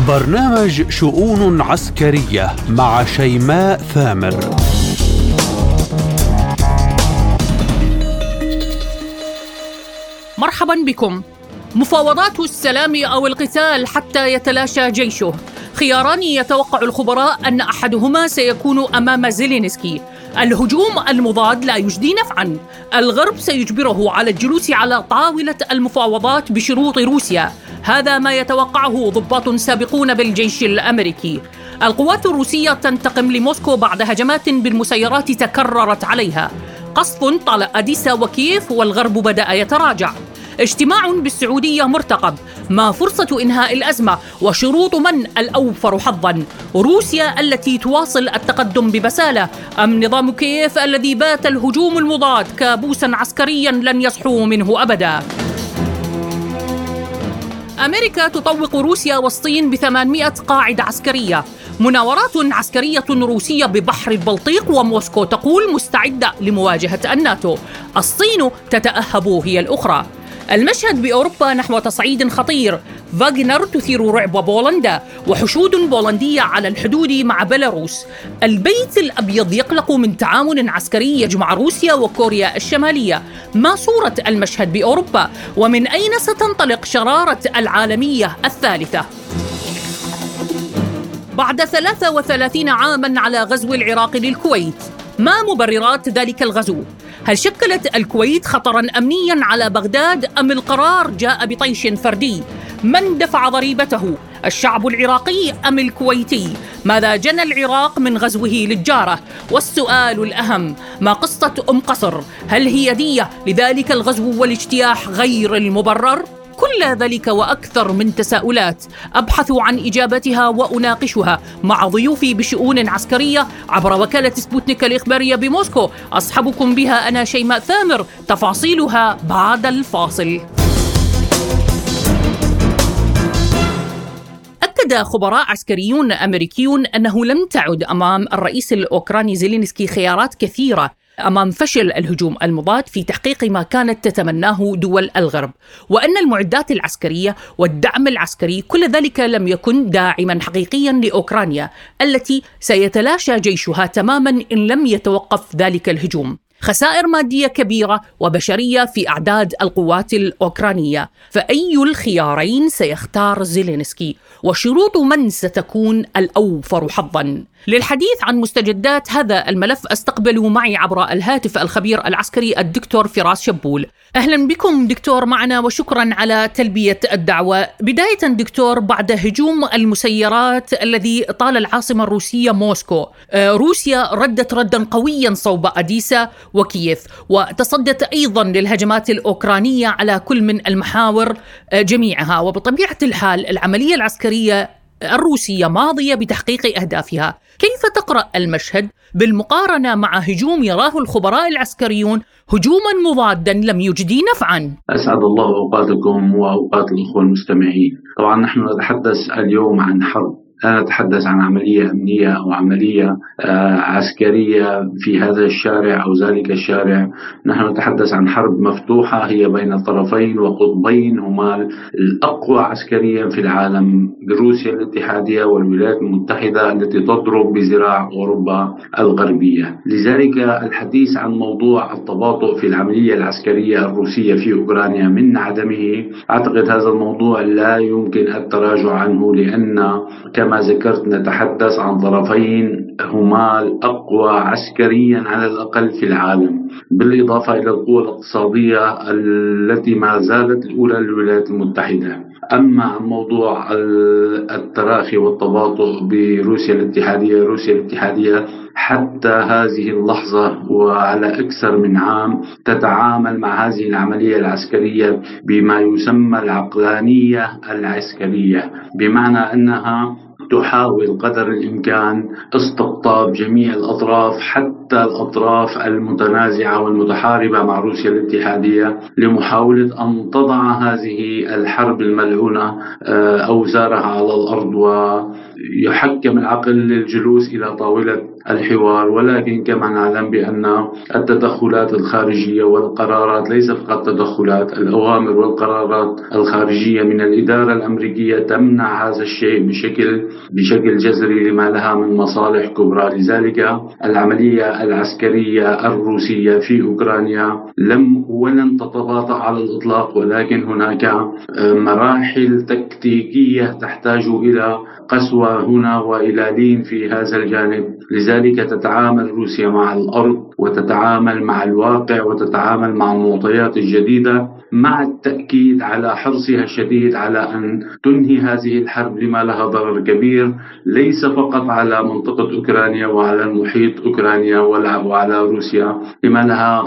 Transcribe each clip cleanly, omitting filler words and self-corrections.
برنامج شؤون عسكرية مع شيماء ثامر. مرحبا بكم. مفاوضات السلام أو القتال حتى يتلاشى جيشه، خياران يتوقع الخبراء أن أحدهما سيكون أمام زيلينسكي. الهجوم المضاد لا يجدي نفعاً، الغرب سيجبره على الجلوس على طاولة المفاوضات بشروط روسيا، هذا ما يتوقعه ضباط سابقون بالجيش الأمريكي. القوات الروسية تنتقم لموسكو بعد هجمات بالمسيرات تكررت عليها، قصف طال أديسا وكييف، والغرب بدأ يتراجع. اجتماع بالسعودية مرتقب، ما فرصة إنهاء الأزمة وشروط من الأوفر حظاً؟ روسيا التي تواصل التقدم ببسالة أم نظام كييف الذي بات الهجوم المضاد كابوساً عسكرياً لن يصحو منه أبداً؟ أمريكا تطوق روسيا والصين ب800 قاعدة عسكرية، مناورات عسكرية روسية ببحر البلطيق، وموسكو تقول مستعدة لمواجهة الناتو. الصين تتأهب هي الأخرى. المشهد بأوروبا نحو تصعيد خطير، فاغنر تثير رعب بولندا، وحشود بولندية على الحدود مع بيلاروس. البيت الأبيض يقلق من تعاون عسكري يجمع روسيا وكوريا الشمالية. ما صورة المشهد بأوروبا؟ ومن أين ستنطلق شرارة العالمية الثالثة؟ بعد 33 عاماً على غزو العراق للكويت، ما مبررات ذلك الغزو؟ هل شكلت الكويت خطراً أمنياً على بغداد أم القرار جاء بطيش فردي؟ من دفع ضريبته؟ الشعب العراقي أم الكويتي؟ ماذا جنى العراق من غزوه للجارة؟ والسؤال الأهم، ما قصة قصر؟ هل هي دية لذلك الغزو والاجتياح غير المبرر؟ كل ذلك وأكثر من تساؤلات أبحث عن إجابتها وأناقشها مع ضيوفي بشؤون عسكرية عبر وكالة سبوتنيك الإخبارية بموسكو. أصحبكم بها أنا شيماء ثامر، تفاصيلها بعد الفاصل. أكد خبراء عسكريون أمريكيون أنه لم تعد أمام الرئيس الأوكراني زيلينسكي خيارات كثيرة أمام فشل الهجوم المضاد في تحقيق ما كانت تتمناه دول الغرب، وأن المعدات العسكرية والدعم العسكري كل ذلك لم يكن داعما حقيقيا لأوكرانيا التي سيتلاشى جيشها تماما إن لم يتوقف ذلك الهجوم. خسائر مادية كبيرة وبشرية في أعداد القوات الأوكرانية، فأي الخيارين سيختار زيلينسكي؟ وشروط من ستكون الأوفر حظاً؟ للحديث عن مستجدات هذا الملف أستقبل معي عبر الهاتف الخبير العسكري الدكتور فراس شبول. أهلا بكم دكتور معنا وشكرا على تلبية الدعوة. بداية دكتور، بعد هجوم المسيرات الذي طال العاصمة الروسية موسكو، روسيا ردت ردا قويا صوب أديسا وكييف، وتصدت أيضا للهجمات الأوكرانية على كل من المحاور جميعها. وبطبيعة الحال العملية العسكرية الروسية ماضية بتحقيق أهدافها. كيف تقرأ المشهد بالمقارنة مع هجوم يراه الخبراء العسكريون هجوما مضادا لم يجدي نفعا؟ أسعد الله أوقاتكم وأوقات الأخوة المستمعين. طبعا نحن نتحدث اليوم عن حرب، لا نتحدث عن عملية أمنية أو عملية عسكرية في هذا الشارع أو ذلك الشارع. نحن نتحدث عن حرب مفتوحة هي بين طرفين وقطبين هما الأقوى عسكريا في العالم، روسيا الاتحادية والولايات المتحدة التي تضرب بذراع أوروبا الغربية. لذلك الحديث عن موضوع التباطؤ في العملية العسكرية الروسية في أوكرانيا من عدمه، أعتقد هذا الموضوع لا يمكن التراجع عنه، لأن كما ذكرت نتحدث عن طرفين هما الأقوى عسكريا على الأقل في العالم، بالإضافة إلى القوى الاقتصادية التي ما زالت الأولى للولايات المتحدة. أما موضوع التراخي والتباطؤ بروسيا الاتحادية، روسيا الاتحادية حتى هذه اللحظة وعلى أكثر من عام تتعامل مع هذه العملية العسكرية بما يسمى العقلانية العسكرية، بمعنى أنها تحاول قدر الإمكان استقطاب جميع الأطراف حتى الأطراف المتنازعة والمتحاربة مع روسيا الاتحادية لمحاولة أن تضع هذه الحرب الملعونة أوزارها على الأرض، ويحكم العقل للجلوس إلى طاولة الحوار، ولكن كما نعلم بأن التدخلات الخارجية والقرارات ليس فقط تدخلات، الأوامر والقرارات الخارجية من الإدارة الأمريكية تمنع هذا الشيء بشكل جذري لما لها من مصالح كبرى. لذلك العملية العسكرية الروسية في أوكرانيا ولن تتباطأ على الإطلاق، ولكن هناك مراحل تكتيكية تحتاج إلى قسوة هنا وإلى لين في هذا الجانب. لذلك تتعامل روسيا مع الأرض وتتعامل مع الواقع وتتعامل مع المعطيات الجديدة، مع التأكيد على حرصها الشديد على أن تنهي هذه الحرب لما لها ضرر كبير، ليس فقط على منطقة أوكرانيا وعلى المحيط أوكرانيا وعلى روسيا، لما لها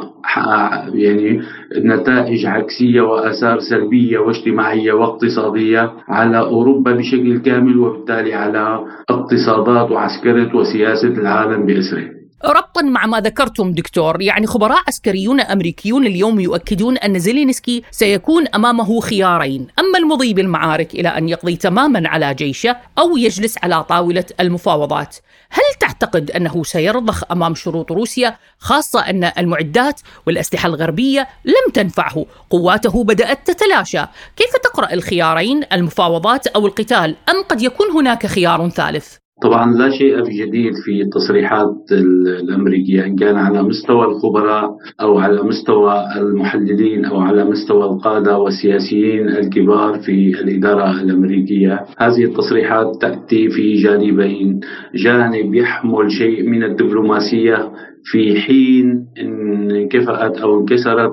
يعني نتائج عكسية وآثار سلبية واجتماعية واقتصادية على أوروبا بشكل كامل، وبالتالي على اقتصادات وعسكرة وسياسة العالم بأسره. ربطا مع ما ذكرتم دكتور، يعني خبراء عسكريون أمريكيون اليوم يؤكدون أن زيلينسكي سيكون أمامه خيارين: أما المضي بالمعارك إلى أن يقضي تماما على جيشه، أو يجلس على طاولة المفاوضات. هل تعتقد أنه سيرضخ أمام شروط روسيا، خاصة أن المعدات والأسلحة الغربية لم تنفعه، قواته بدأت تتلاشى؟ كيف تقرأ الخيارين، المفاوضات أو القتال، أم قد يكون هناك خيار ثالث؟ طبعا لا شيء جديد في التصريحات الأمريكية، إن كان على مستوى الخبراء أو على مستوى المحللين أو على مستوى القادة والسياسيين الكبار في الإدارة الأمريكية. هذه التصريحات تأتي في جانبين: جانب يحمل شيء من الدبلوماسية في حين انكفأت أو انكسرت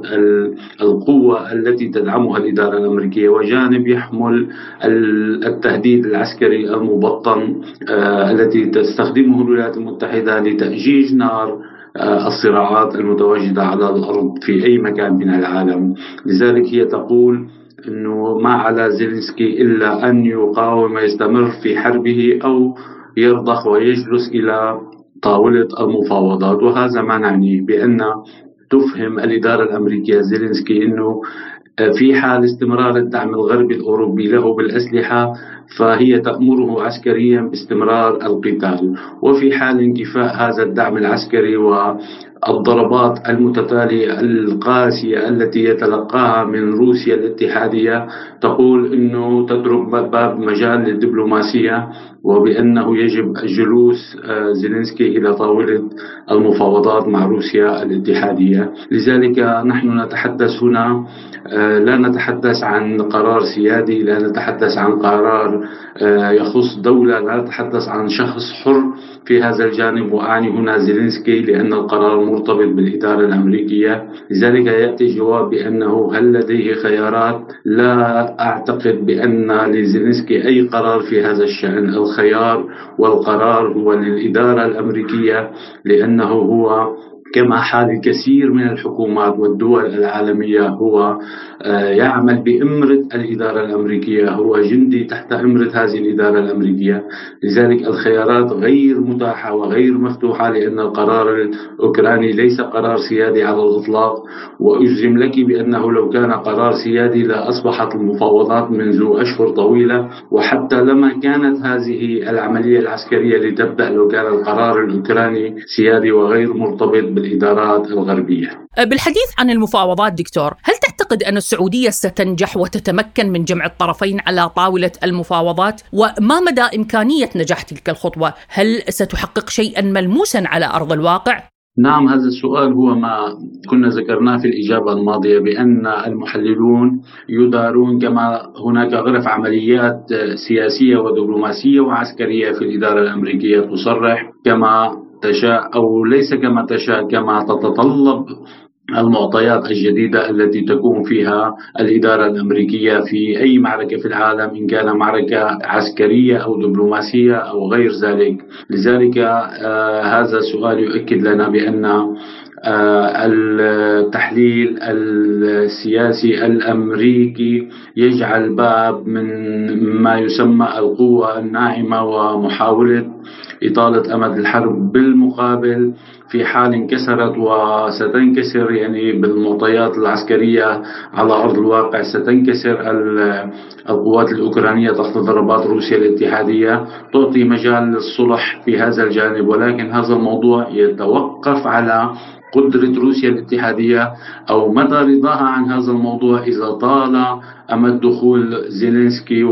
القوة التي تدعمها الإدارة الأمريكية، وجانب يحمل التهديد العسكري المبطن التي تستخدمه الولايات المتحدة لتأجيج نار الصراعات المتواجدة على الأرض في أي مكان من العالم. لذلك هي تقول أنه ما على زيلينسكي إلا أن يقاوم ويستمر في حربه، أو يرضخ ويجلس إلى طاولة المفاوضات. وهذا ما نعنيه بأن تفهم الإدارة الأمريكية زيلينسكي أنه في حال استمرار الدعم الغربي الأوروبي له بالأسلحة فهي تأمره عسكريا باستمرار القتال، وفي حال انكفاء هذا الدعم العسكري والضربات المتتالية القاسية التي يتلقاها من روسيا الاتحادية تقول أنه تترك باب مجال للدبلوماسية، وبأنه يجب جلوس زيلينسكي إلى طاولة المفاوضات مع روسيا الاتحادية. لذلك نحن نتحدث هنا، لا نتحدث عن قرار سيادي، لا نتحدث عن قرار يخص دولة، لا نتحدث عن شخص حر في هذا الجانب، وأعني هنا زيلينسكي لأن القرار مرتبط بالإدارة الأمريكية. لذلك يأتي جواب بأنه هل لديه خيارات؟ لا أعتقد بأن لزيلينسكي أي قرار في هذا الشأن. الخيار والقرار هو للإدارة الأمريكية، لأنه هو كما حال الكثير من الحكومات والدول العالمية هو يعمل بإمرة الإدارة الأمريكية، هو جندي تحت إمرة هذه الإدارة الأمريكية. لذلك الخيارات غير متاحة وغير مفتوحة، لأن القرار الأوكراني ليس قرار سيادي على الإطلاق. وأجزم لك بأنه لو كان قرار سيادي لأصبحت المفاوضات منذ أشهر طويلة، وحتى لما كانت هذه العملية العسكرية لتبدأ لو كان القرار الأوكراني سيادي وغير مرتبط بالإدارات الغربية. بالحديث عن المفاوضات دكتور، هل تعتقد أن السعودية ستنجح وتتمكن من جمع الطرفين على طاولة المفاوضات؟ وما مدى إمكانية نجاح تلك الخطوة؟ هل ستحقق شيئا ملموسا على أرض الواقع؟ نعم، هذا السؤال هو ما كنا ذكرناه في الإجابة الماضية، بأن المحللون يدارون كما هناك غرف عمليات سياسية ودبلوماسية وعسكرية في الإدارة الأمريكية تصرح كما تشاء، أو ليس كما تشاء، كما تتطلب المعطيات الجديدة التي تكون فيها الإدارة الأمريكية في أي معركة في العالم، إن كان معركة عسكرية أو دبلوماسية أو غير ذلك. لذلك هذا السؤال يؤكد لنا بأن التحليل السياسي الأمريكي يجعل باب من ما يسمى القوة الناعمة، ومحاولة إطالة أمد الحرب. بالمقابل في حال انكسرت وستنكسر يعني بالمعطيات العسكرية على أرض الواقع، ستنكسر القوات الأوكرانية تحت ضربات روسيا الاتحادية، تعطي مجال للصلح في هذا الجانب. ولكن هذا الموضوع يتوقف على قدرة روسيا الاتحادية أو مدى رضاها عن هذا الموضوع إذا طال أمد دخول زيلينسكي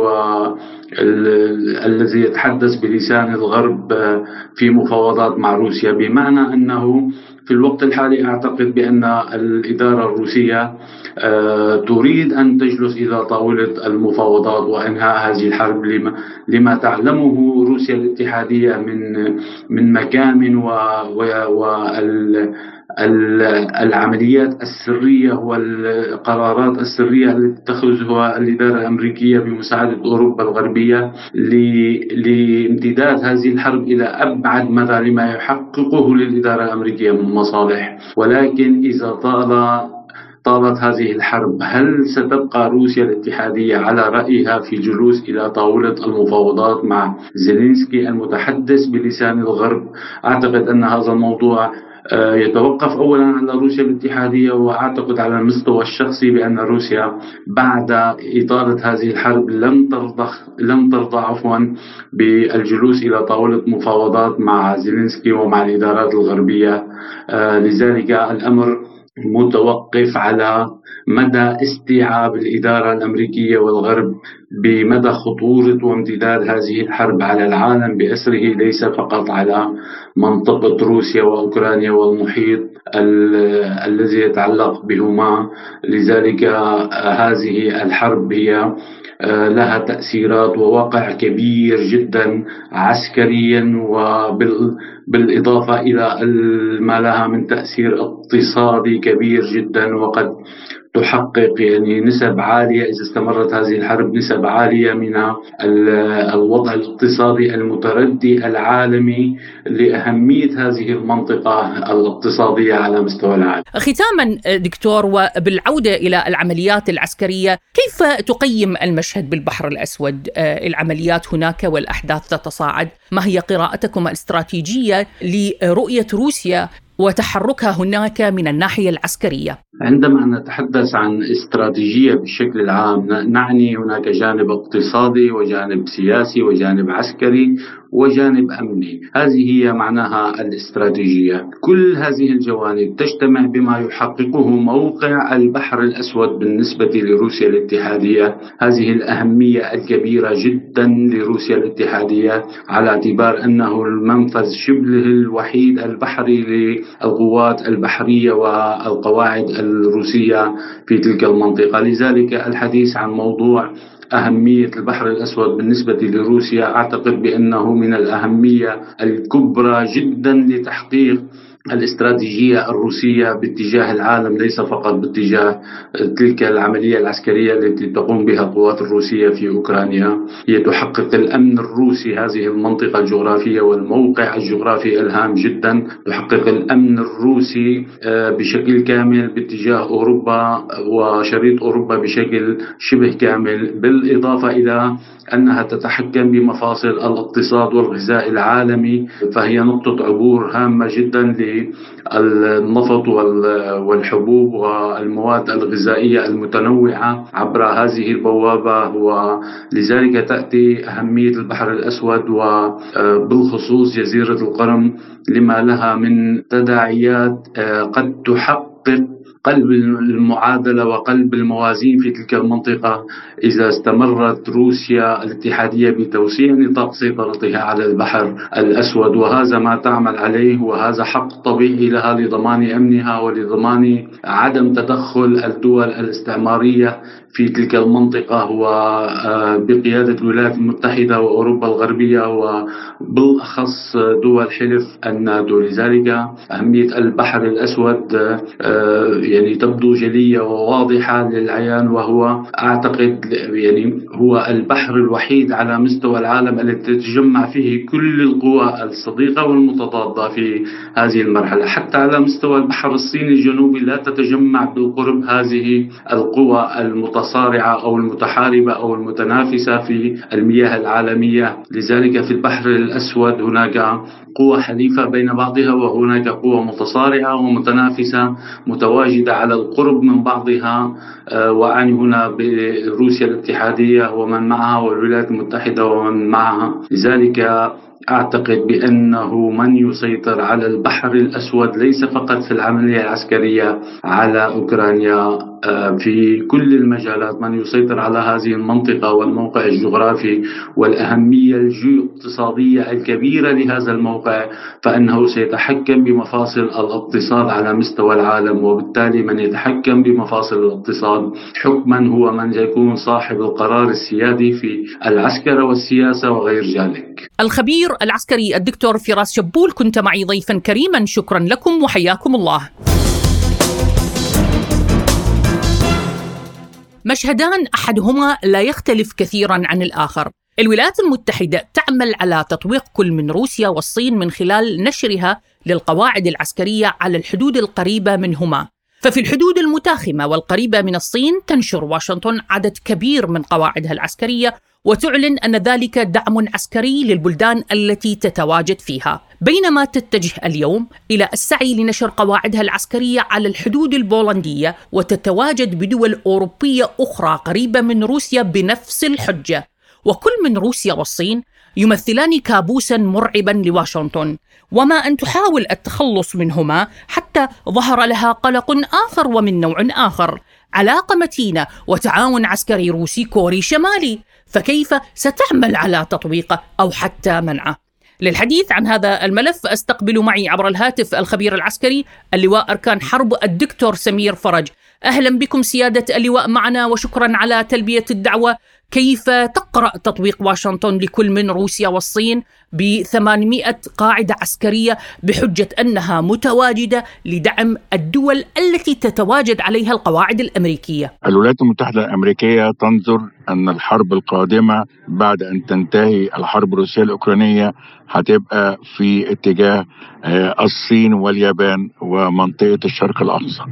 الذي يتحدث بلسان الغرب في مفاوضات مع روسيا. بمعنى أنه في الوقت الحالي أعتقد بأن الإدارة الروسية تريد أن تجلس إلى طاولة المفاوضات وإنهاء هذه الحرب لما تعلمه روسيا الاتحادية من مكامن العمليات السرية والقرارات السرية التي تتخذها الإدارة الأمريكية بمساعدة أوروبا الغربية لامتداد هذه الحرب إلى أبعد مدى لما يحققه للإدارة الأمريكية من مصالح. ولكن إذا طالت هذه الحرب، هل ستبقى روسيا الاتحادية على رأيها في جلوس إلى طاولة المفاوضات مع زيلينسكي المتحدث بلسان الغرب؟ أعتقد أن هذا الموضوع يتوقف أولا على روسيا الاتحادية، وأعتقد على المستوى الشخصي بأن روسيا بعد إطالة هذه الحرب لم ترضى بالجلوس إلى طاولة مفاوضات مع زيلينسكي ومع الإدارات الغربية. لذلك الأمر متوقف على مدى استيعاب الإدارة الأمريكية والغرب بمدى خطورة وامتداد هذه الحرب على العالم بأسره، ليس فقط على منطقة روسيا وأوكرانيا والمحيط الذي يتعلق بهما. لذلك هذه الحرب هي لها تأثيرات وواقع كبير جدا عسكريا، وبالإضافة إلى ما لها من تأثير اقتصادي كبير جدا، وقد تحقق يعني نسب عالية إذا استمرت هذه الحرب، نسب عالية من الوضع الاقتصادي المتردي العالمي لأهمية هذه المنطقة الاقتصادية على مستوى العالم. ختاما دكتور، وبالعودة إلى العمليات العسكرية، كيف تقيم المشهد بالبحر الأسود؟ العمليات هناك والأحداث تتصاعد، ما هي قراءتكم الاستراتيجية لرؤية روسيا وتحركها هناك من الناحية العسكرية؟ عندما نتحدث عن استراتيجية بشكل العام نعني هناك جانب اقتصادي وجانب سياسي وجانب عسكري وجانب أمني. هذه هي معناها الاستراتيجية. كل هذه الجوانب تجتمع بما يحققه موقع البحر الأسود بالنسبة لروسيا الاتحادية. هذه الأهمية الكبيرة جدا لروسيا الاتحادية على اعتبار أنه المنفذ شبه الوحيد البحري للقوات البحرية والقواعد الروسية في تلك المنطقة. لذلك الحديث عن موضوع أهمية البحر الأسود بالنسبة لروسيا أعتقد بأنه من الأهمية الكبرى جدا لتحقيق الاستراتيجية الروسية باتجاه العالم، ليس فقط باتجاه تلك العملية العسكرية التي تقوم بها القوات الروسية في أوكرانيا. هي تحقق الأمن الروسي، هذه المنطقة الجغرافية والموقع الجغرافي الهام جدا، تحقق الأمن الروسي بشكل كامل باتجاه أوروبا وشريط أوروبا بشكل شبه كامل، بالإضافة إلى أنها تتحكم بمفاصل الاقتصاد والغذاء العالمي، فهي نقطة عبور هامة جدا للنفط والحبوب والمواد الغذائية المتنوعة عبر هذه البوابة. ولذلك تأتي أهمية البحر الأسود وبالخصوص جزيرة القرم لما لها من تداعيات قد تحقق قلب المعادلة وقلب الموازين في تلك المنطقة إذا استمرت روسيا الاتحادية بتوسيع نطاق سيطرتها على البحر الأسود. وهذا ما تعمل عليه، وهذا حق طبيعي لها لضمان أمنها ولضمان عدم تدخل الدول الاستعمارية في تلك المنطقة وبقيادة الولايات المتحدة وأوروبا الغربية وبالأخص دول حلف الناتو. لذلك أهمية البحر الأسود يعني تبدو جلية وواضحة للعيان، وهو أعتقد يعني هو البحر الوحيد على مستوى العالم الذي تتجمع فيه كل القوى الصديقة والمتضادة في هذه المرحلة. حتى على مستوى البحر الصيني الجنوبي لا تتجمع بالقرب هذه القوى المتصارعة أو المتحاربة أو المتنافسة في المياه العالمية. لذلك في البحر الأسود هناك قوى حليفة بين بعضها، وهناك قوى متصارعة ومتنافسة متواجدة على القرب من بعضها، وأعني هنا بروسيا الاتحادية ومن معها والولايات المتحدة ومن معها. لذلك أعتقد بأنه من يسيطر على البحر الأسود ليس فقط في العملية العسكرية على أوكرانيا، في كل المجالات من يسيطر على هذه المنطقة والموقع الجغرافي والأهمية الجيوقتصادية الكبيرة لهذا الموقع، فإنه سيتحكم بمفاصل الاقتصاد على مستوى العالم، وبالتالي من يتحكم بمفاصل الاقتصاد حكما هو من يكون صاحب القرار السيادي في العسكرة والسياسة وغير ذلك. الخبير العسكري الدكتور فراس شبول، كنت معي ضيفا كريما، شكرا لكم وحياكم الله. مشهدان أحدهما لا يختلف كثيرا عن الآخر. الولايات المتحدة تعمل على تطويق كل من روسيا والصين من خلال نشرها للقواعد العسكرية على الحدود القريبة منهما. ففي الحدود المتاخمة والقريبة من الصين تنشر واشنطن عدد كبير من قواعدها العسكرية وتعلن أن ذلك دعم عسكري للبلدان التي تتواجد فيها، بينما تتجه اليوم إلى السعي لنشر قواعدها العسكرية على الحدود البولندية وتتواجد بدول أوروبية أخرى قريبة من روسيا بنفس الحجة. وكل من روسيا والصين يمثلان كابوسا مرعبا لواشنطن، وما أن تحاول التخلص منهما حتى ظهر لها قلق آخر ومن نوع آخر، علاقة متينة وتعاون عسكري روسي كوري شمالي، فكيف ستعمل على تطبيقه أو حتى منعه؟ للحديث عن هذا الملف أستقبل معي عبر الهاتف الخبير العسكري اللواء أركان حرب الدكتور سمير فرج. أهلا بكم سيادة اللواء معنا وشكرا على تلبية الدعوة. كيف تقرأ تطبيق واشنطن لكل من روسيا والصين ب800 قاعدة عسكرية بحجة أنها متواجدة لدعم الدول التي تتواجد عليها القواعد الأمريكية؟ الولايات المتحدة الأمريكية تنظر أن الحرب القادمة بعد أن تنتهي الحرب الروسية الأوكرانية هتبقى في اتجاه الصين واليابان ومنطقة الشرق الأقصى،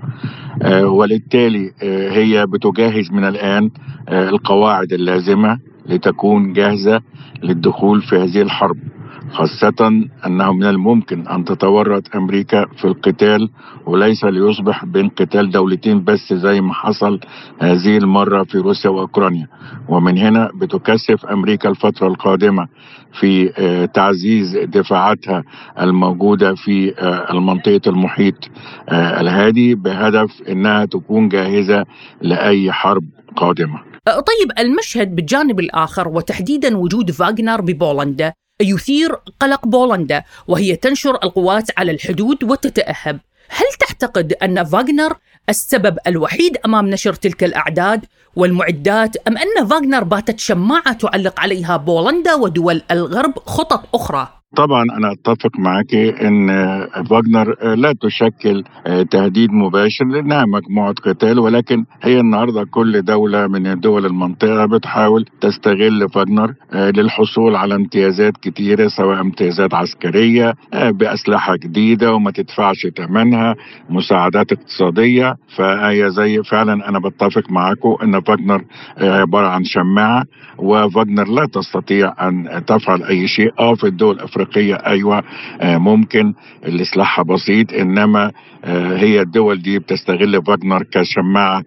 وللتالي هي بتجهز من الآن القواعد اللازمة لتكون جاهزة للدخول في هذه الحرب، خاصة أنه من الممكن أن تتورط أمريكا في القتال وليس ليصبح بين قتال دولتين بس زي ما حصل هذه المرة في روسيا وأوكرانيا. ومن هنا بتكثف أمريكا الفترة القادمة في تعزيز دفاعاتها الموجودة في المنطقة المحيط الهادي بهدف أنها تكون جاهزة لأي حرب قادمة. طيب، المشهد بالجانب الآخر وتحديدا وجود فاغنر ببولندا يثير قلق بولندا، وهي تنشر القوات على الحدود وتتأهب. هل تعتقد أن فاغنر السبب الوحيد أمام نشر تلك الأعداد والمعدات، أم أن فاغنر باتت شماعة تعلق عليها بولندا ودول الغرب خطط أخرى؟ طبعا أنا أتفق معك أن فاغنر لا تشكل تهديد مباشر لأنها مجموعة قتال، ولكن هي النهاردة كل دولة من دول المنطقة بتحاول تستغل فاغنر للحصول على امتيازات كتيرة، سواء امتيازات عسكرية بأسلحة جديدة وما تدفعش ثمنها، مساعدات اقتصادية. فهي زي فعلا أنا بتفق معكم أن فاغنر عبارة عن شماعة، وفاغنر لا تستطيع أن تفعل أي شيء. في الدول الأفريقية أيوة ممكن الإصلاح بسيط، إنما هي الدول دي بتستغل فاغنر كشماعة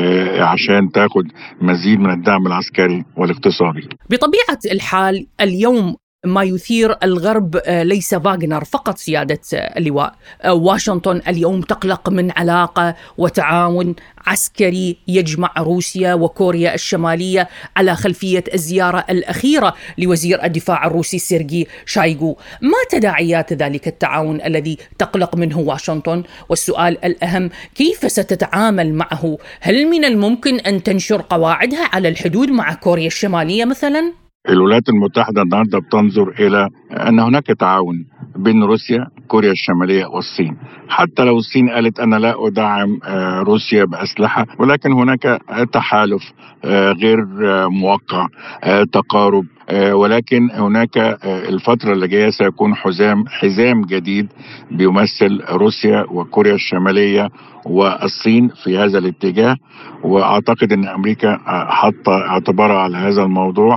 عشان تاخد مزيد من الدعم العسكري والاقتصادي. بطبيعة الحال اليوم ما يثير الغرب ليس فاغنر فقط سيادة اللواء. واشنطن اليوم تقلق من علاقة وتعاون عسكري يجمع روسيا وكوريا الشمالية على خلفية الزيارة الأخيرة لوزير الدفاع الروسي سيرجي شايغو. ما تداعيات ذلك التعاون الذي تقلق منه واشنطن؟ والسؤال الأهم، كيف ستتعامل معه؟ هل من الممكن أن تنشر قواعدها على الحدود مع كوريا الشمالية مثلا؟ الولايات المتحدة النهاردة بتنظر إلى أن هناك تعاون بين روسيا، كوريا الشمالية والصين. حتى لو الصين قالت أنا لا أدعم روسيا بأسلحة، ولكن هناك تحالف غير موقع، تقارب، ولكن هناك الفترة اللي جاية سيكون حزام جديد بيمثل روسيا وكوريا الشمالية والصين في هذا الاتجاه. وأعتقد أن أمريكا حاطة اعتبارها على هذا الموضوع،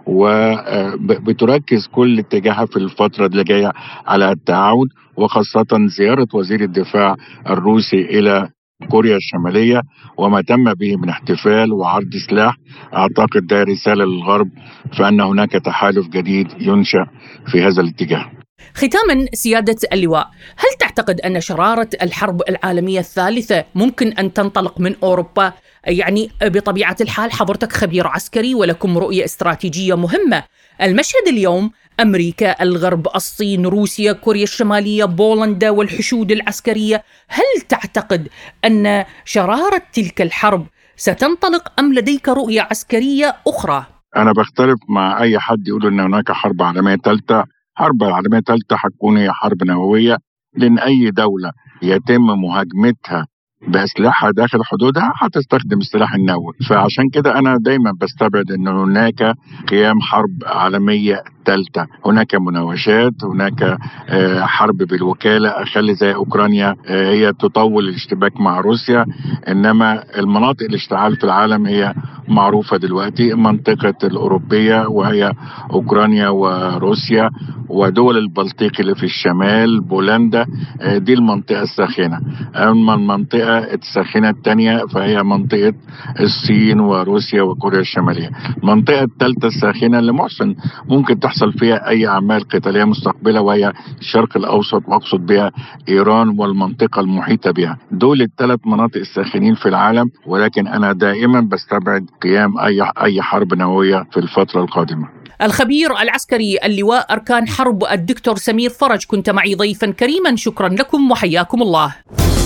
وبتركز كل اتجاهها في الفترة اللي جاية على التعاون، وخاصة زيارة وزير الدفاع الروسي إلى كوريا الشمالية وما تم به من احتفال وعرض سلاح. أعتقد ده رسالة للغرب فأن هناك تحالف جديد ينشأ في هذا الاتجاه. ختاما سيادة اللواء، هل تعتقد أن شرارة الحرب العالمية الثالثة ممكن أن تنطلق من أوروبا؟ يعني بطبيعة الحال حضرتك خبير عسكري ولكم رؤية استراتيجية مهمة. المشهد اليوم أمريكا، الغرب، الصين، روسيا، كوريا الشمالية، بولندا والحشود العسكرية. هل تعتقد أن شرارة تلك الحرب ستنطلق أم لديك رؤية عسكرية أخرى؟ أنا بختلف مع أي حد يقول أن هناك حرب عالمية ثالثة. حرب عالمية ثالثة حتكون هي حرب نووية، لأن أي دولة يتم مهاجمتها بأسلحة داخل حدودها هتستخدم السلاح النووي. فعشان كده أنا دايما بستبعد أن هناك قيام حرب عالمية ثالثة. هناك مناوشات، هناك حرب بالوكالة، أخلي زي أوكرانيا هي تطول الاشتباك مع روسيا. إنما المناطق الاشتعال في العالم هي معروفة دلوقتي، منطقة الأوروبية وهي أوكرانيا وروسيا ودول البلطيق اللي في الشمال، بولندا، دي المنطقة الساخنة. أما المنطقة الساخنة الثانية فهي منطقة الصين وروسيا وكوريا الشمالية. المنطقة الثالثة الساخنة اللي محسن ممكن تحصل فيها أي أعمال قتالية مستقبلة وهي الشرق الأوسط، وأقصد بها إيران والمنطقة المحيطة بها. دول الثلاث مناطق الساخنين في العالم، ولكن أنا دائما بستبعد قيام أي حرب نووية في الفترة القادمة. الخبير العسكري اللواء أركان حرب الدكتور سمير فرج كنت معي ضيفا كريما، شكرا لكم وحياكم الله.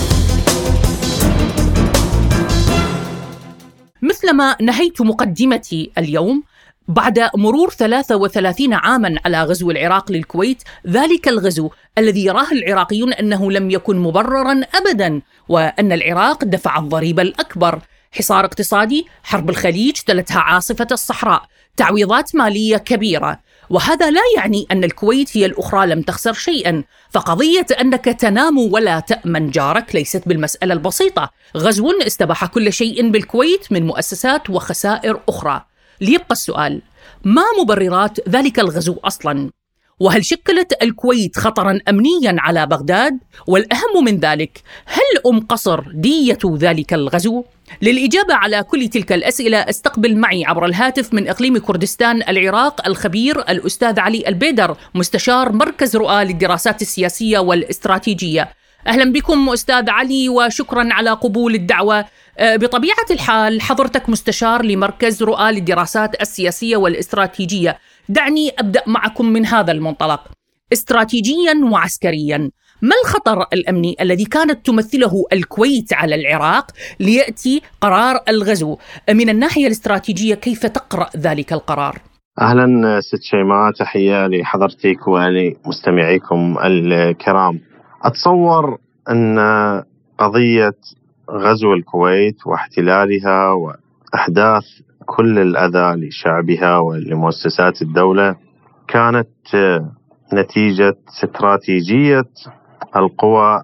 مثلما نهيت مقدمتي اليوم، بعد مرور 33 عاما على غزو العراق للكويت، ذلك الغزو الذي يراه العراقيون أنه لم يكن مبررا أبدا، وأن العراق دفع الضريبة الأكبر، حصار اقتصادي، حرب الخليج تلتها عاصفة الصحراء، تعويضات مالية كبيرة. وهذا لا يعني أن الكويت هي الأخرى لم تخسر شيئا، فقضية أنك تنام ولا تأمن جارك ليست بالمسألة البسيطة. غزو استباح كل شيء بالكويت من مؤسسات وخسائر أخرى. ليبقى السؤال، ما مبررات ذلك الغزو أصلا؟ وهل شكلت الكويت خطرا أمنيا على بغداد؟ والأهم من ذلك، هل قصر دية ذلك الغزو؟ للإجابة على كل تلك الأسئلة استقبل معي عبر الهاتف من إقليم كردستان العراق الخبير الأستاذ علي البيدر، مستشار مركز رؤى للدراسات السياسية والاستراتيجية. أهلا بكم أستاذ علي وشكرا على قبول الدعوة. بطبيعة الحال حضرتك مستشار لمركز رؤى للدراسات السياسية والاستراتيجية. دعني أبدأ معكم من هذا المنطلق، استراتيجيا وعسكريا. ما الخطر الأمني الذي كانت تمثله الكويت على العراق ليأتي قرار الغزو؟ من الناحية الاستراتيجية كيف تقرأ ذلك القرار؟ أهلا ست شيماء، تحية لحضرتك ولمستمعيكم الكرام. أتصور أن قضية غزو الكويت واحتلالها وأحداث كل الأذى لشعبها ولمؤسسات الدولة كانت نتيجة استراتيجية القوى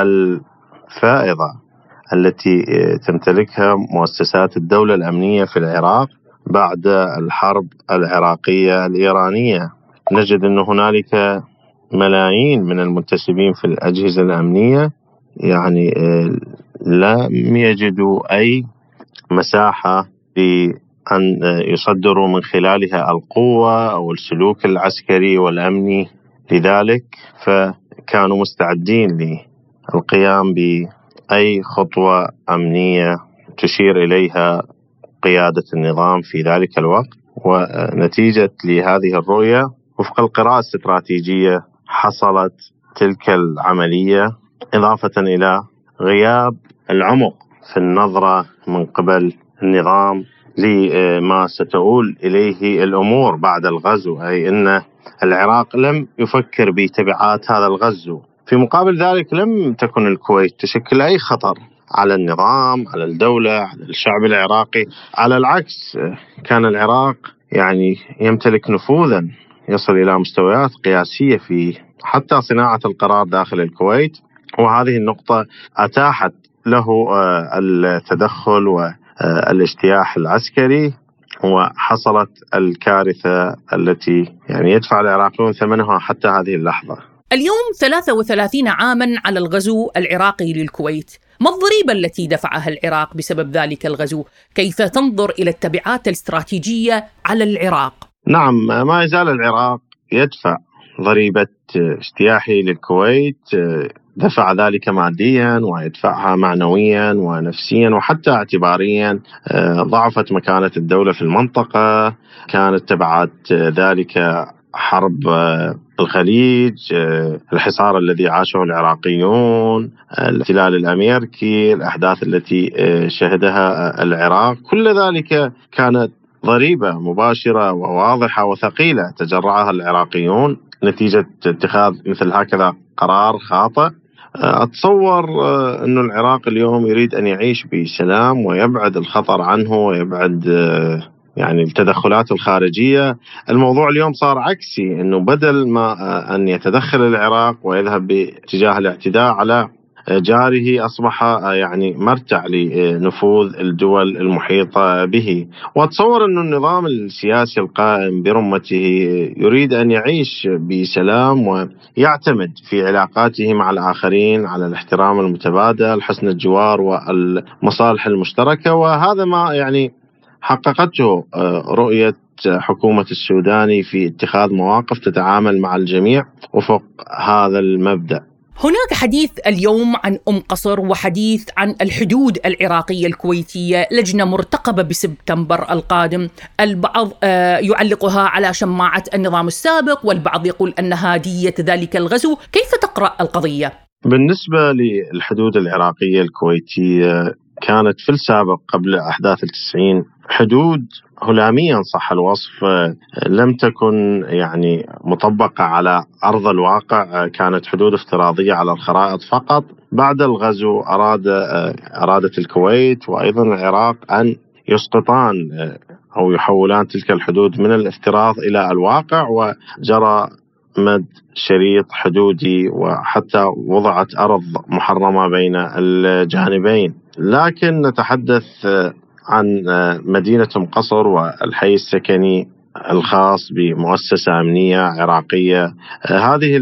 الفائضة التي تمتلكها مؤسسات الدولة الأمنية في العراق بعد الحرب العراقية الإيرانية. نجد أن هنالك ملايين من المنتسبين في الأجهزة الأمنية يعني لم يجدوا أي مساحة لأن يصدروا من خلالها القوة أو السلوك العسكري والأمني، لذلك فكانوا مستعدين للقيام بأي خطوة أمنية تشير إليها قيادة النظام في ذلك الوقت. ونتيجة لهذه الرؤية وفق القراءة الاستراتيجية حصلت تلك العملية، إضافة إلى غياب العمق في النظرة من قبل النظام لما ستؤول إليه الأمور بعد الغزو، أي أن العراق لم يفكر بتبعات هذا الغزو. في مقابل ذلك لم تكن الكويت تشكل أي خطر على النظام، على الدولة، على الشعب العراقي. على العكس، كان العراق يعني يمتلك نفوذا يصل إلى مستويات قياسية في حتى صناعة القرار داخل الكويت، وهذه النقطة أتاحت له التدخل والاجتياح العسكري، وحصلت الكارثة التي يعني يدفع العراقيون ثمنها حتى هذه اللحظة. اليوم 33 عاما على الغزو العراقي للكويت، ما الضريبة التي دفعها العراق بسبب ذلك الغزو؟ كيف تنظر إلى التبعات الاستراتيجية على العراق؟ نعم، ما يزال العراق يدفع ضريبة اجتياحه للكويت، دفع ذلك ماديا ويدفعها معنويا ونفسيا وحتى اعتباريا. ضعفت مكانة الدولة في المنطقة، كانت تبعات ذلك حرب الخليج، الحصار الذي عاشه العراقيون، الاحتلال الأمريكي، الأحداث التي شهدها العراق، كل ذلك كانت ضريبة مباشرة وواضحة وثقيلة تجرعها العراقيون نتيجة اتخاذ مثل هكذا قرار خاطئ. أتصور أن العراق اليوم يريد أن يعيش بسلام ويبعد الخطر عنه ويبعد يعني التدخلات الخارجية. الموضوع اليوم صار عكسي، أنه بدل ما أن يتدخل العراق ويذهب باتجاه الاعتداء على جاره، أصبح يعني مرتع لنفوذ الدول المحيطة به. وأتصور أن النظام السياسي القائم برمته يريد أن يعيش بسلام ويعتمد في علاقاته مع الآخرين على الاحترام المتبادل، حسن الجوار والمصالح المشتركة، وهذا ما يعني حققته رؤية حكومة السوداني في اتخاذ مواقف تتعامل مع الجميع وفق هذا المبدأ. هناك حديث اليوم عن قصر وحديث عن الحدود العراقية الكويتية، لجنة مرتقبة بسبتمبر القادم. البعض يعلقها على شماعة النظام السابق، والبعض يقول أنها دية ذلك الغزو. كيف تقرأ القضية؟ بالنسبة للحدود العراقية الكويتية، كانت في السابق قبل أحداث 90 حدود هلاميا صح الوصف، لم تكن يعني مطبقة على أرض الواقع، كانت حدود افتراضية على الخرائط فقط. بعد الغزو أرادت الكويت وأيضا العراق أن يسقطان أو يحولان تلك الحدود من الافتراض إلى الواقع، وجرى مد شريط حدودي وحتى وضعت أرض محرمة بين الجانبين. لكن نتحدث عن مدينة قصر والحي السكني الخاص بمؤسسة أمنية عراقية. هذه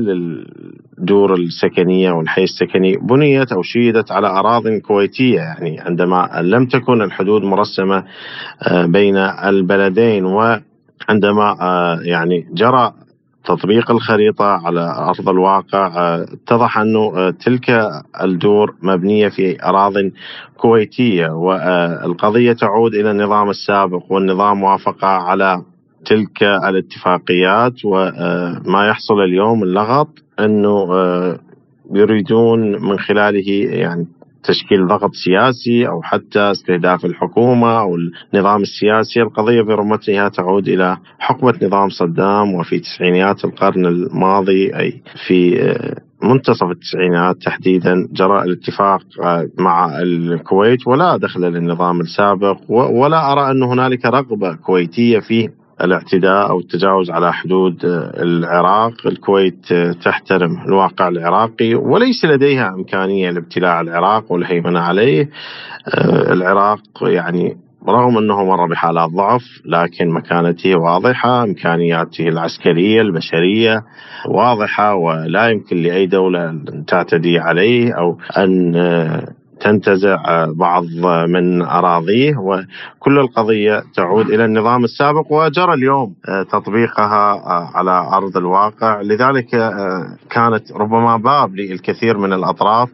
الدور السكنية والحي السكني بنيت أو شيدت على أراضٍ كويتية، يعني عندما لم تكن الحدود مرسمة بين البلدين، وعندما يعني جرى تطبيق الخريطة على أرض الواقع اتضح أنه تلك الدور مبنية في أراضٍ كويتية، والقضية تعود إلى النظام السابق، والنظام وافق على تلك الاتفاقيات. وما يحصل اليوم اللغط أنه يريدون من خلاله يعني تشكيل ضغط سياسي أو حتى استهداف الحكومة أو النظام السياسي. القضية برمتها تعود إلى حقبة نظام صدام، وفي تسعينيات القرن الماضي أي في منتصف التسعينات تحديدا جرى الاتفاق مع الكويت، ولا دخل للنظام السابق، ولا أرى أن هنالك رغبة كويتية في الاعتداء أو التجاوز على حدود العراق. الكويت تحترم الواقع العراقي وليس لديها إمكانية لابتلاع العراق والهيمنة عليه. العراق يعني رغم أنه مر بحالات ضعف، لكن مكانته واضحة، إمكانياته العسكرية البشرية واضحة، ولا يمكن لأي دولة أن تعتدي عليه أو أن تنتزع بعض من أراضيه، وكل القضية تعود إلى النظام السابق، وجرى اليوم تطبيقها على أرض الواقع. لذلك كانت ربما باب للكثير من الأطراف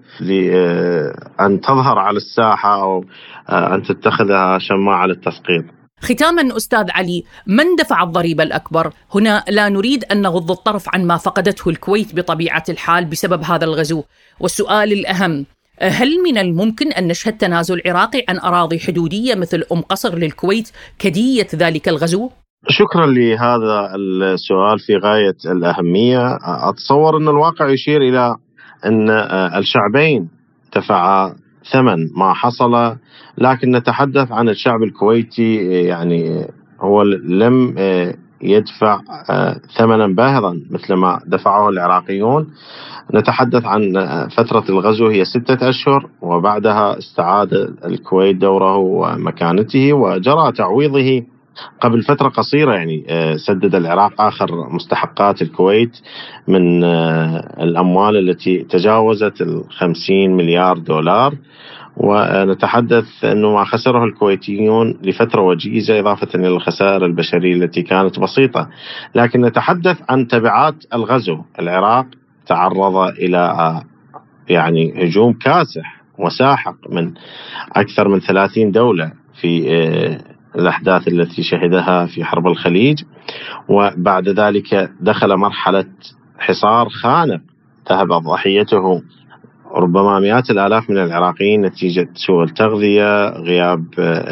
لأن تظهر على الساحة أو أن تتخذها شماعة للتسقيط. ختاما أستاذ علي، من دفع الضريبة الأكبر؟ هنا لا نريد أن نغض الطرف عن ما فقدته الكويت بطبيعة الحال بسبب هذا الغزو، والسؤال الأهم، هل من الممكن أن نشهد تنازل عراقي عن أراضي حدودية مثل قصر للكويت كدية ذلك الغزو؟ شكرا لهذا السؤال في غاية الأهمية. أتصور أن الواقع يشير إلى أن الشعبين دفعا ثمن ما حصل، لكن نتحدث عن الشعب الكويتي يعني هو لم يدفع ثمنا باهظا مثل ما دفعه العراقيون. نتحدث عن فترة الغزو هي 6 أشهر، وبعدها استعاد الكويت دوره ومكانته وجرى تعويضه قبل فترة قصيرة. يعني سدد العراق آخر مستحقات الكويت من الأموال التي تجاوزت 50 مليار دولار، ونتحدث أنه ما خسره الكويتيون لفترة وجيزة إضافة إلى الخسائر البشرية التي كانت بسيطة. لكن نتحدث عن تبعات الغزو. العراق تعرض إلى يعني هجوم كاسح وساحق من أكثر من 30 دولة في الأحداث التي شهدها في حرب الخليج، وبعد ذلك دخل مرحلة حصار خانق ذهب ضحيته ربما مئات الآلاف من العراقيين نتيجة سوء التغذية، غياب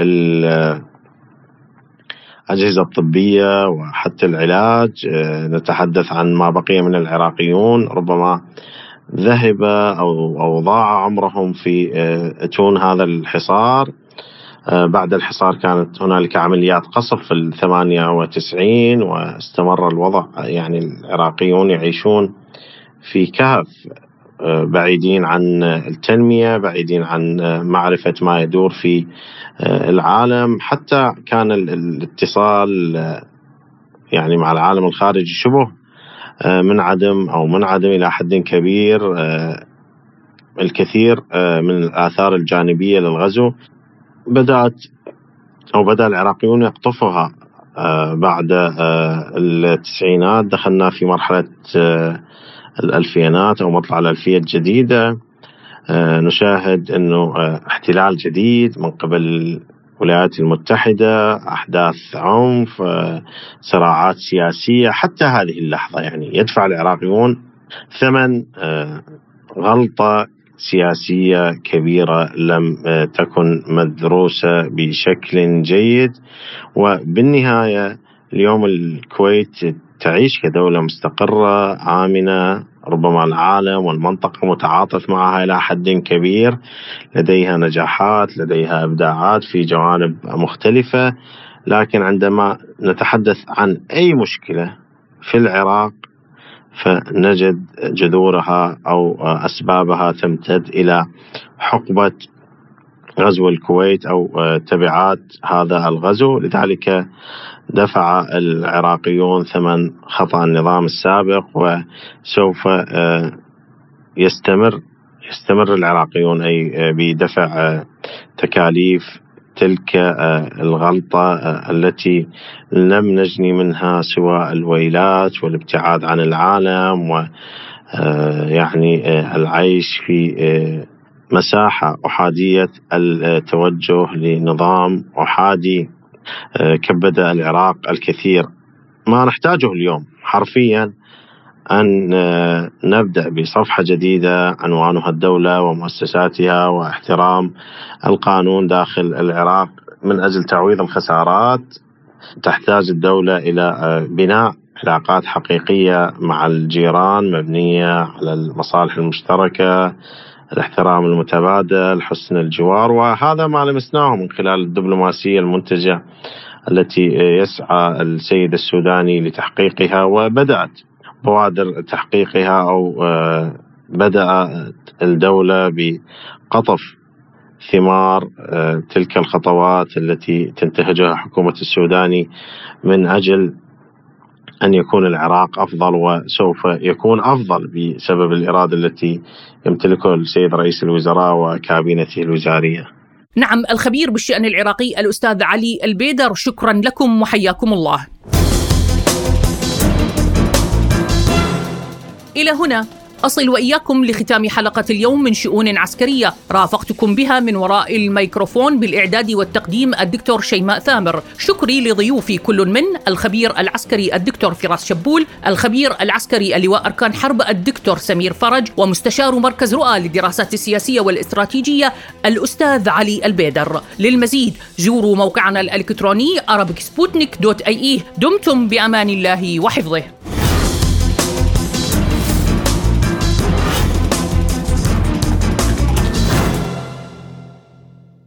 الأجهزة الطبية وحتى العلاج. نتحدث عن ما بقي من العراقيون ربما ذهب أو ضاع عمرهم في أتون هذا الحصار. بعد الحصار كانت هنالك عمليات قصف في 98 واستمر الوضع، يعني العراقيون يعيشون في كهف بعيدين عن التنمية، بعيدين عن معرفة ما يدور في العالم. حتى كان الاتصال يعني مع العالم الخارجي شبه منعدم إلى حد كبير. الكثير من الآثار الجانبية للغزو بدأ العراقيون يقطفها بعد التسعينات. دخلنا في مرحلة الألفينات أو مطلع الألفية الجديدة، نشاهد أنه احتلال جديد من قبل الولايات المتحدة، أحداث عنف، صراعات سياسية. حتى هذه اللحظة يعني يدفع العراقيون ثمن غلطة سياسية كبيرة لم تكن مدروسة بشكل جيد. وبالنهاية اليوم الكويت تعيش كدولة مستقرة آمنة، ربما العالم والمنطقة متعاطف معها إلى حد كبير، لديها نجاحات، لديها إبداعات في جوانب مختلفة. لكن عندما نتحدث عن أي مشكلة في العراق فنجد جذورها أو أسبابها تمتد إلى حقبة غزو الكويت أو تبعات هذا الغزو. لذلك دفع العراقيون ثمن خطأ النظام السابق، وسوف يستمر العراقيون أي بدفع تكاليف تلك الغلطة التي لم نجني منها سوى الويلات والابتعاد عن العالم، ويعني العيش في مساحة أحادية التوجه لنظام أحادي كبد العراق الكثير. ما نحتاجه اليوم حرفيا أن نبدأ بصفحة جديدة عنوانها الدولة ومؤسساتها واحترام القانون داخل العراق من أجل تعويض الخسارات. تحتاج الدولة إلى بناء علاقات حقيقية مع الجيران مبنية على المصالح المشتركة، الاحترام المتبادل، حسن الجوار، وهذا ما لمسناه من خلال الدبلوماسية المنتجة التي يسعى السيد السوداني لتحقيقها، وبدأت بوادر تحقيقها أو بدأت الدولة بقطف ثمار تلك الخطوات التي تنتهجها حكومة السوداني من أجل أن يكون العراق أفضل، وسوف يكون أفضل بسبب الإرادة التي يمتلكها السيد رئيس الوزراء وكابينته الوزارية. نعم، الخبير بالشأن العراقي الأستاذ علي البيدر، شكرا لكم وحياكم الله. إلى هنا أصل وإياكم لختام حلقة اليوم من شؤون عسكرية، رافقتكم بها من وراء الميكروفون بالإعداد والتقديم الدكتور شيماء ثامر. شكري لضيوفي كل من الخبير العسكري الدكتور فراس شبول، الخبير العسكري اللواء أركان حرب الدكتور سمير فرج، ومستشار مركز رؤى للدراسات السياسية والاستراتيجية الأستاذ علي البيدر. للمزيد زوروا موقعنا الإلكتروني arabicsputnik.ie. دمتم بأمان الله وحفظه.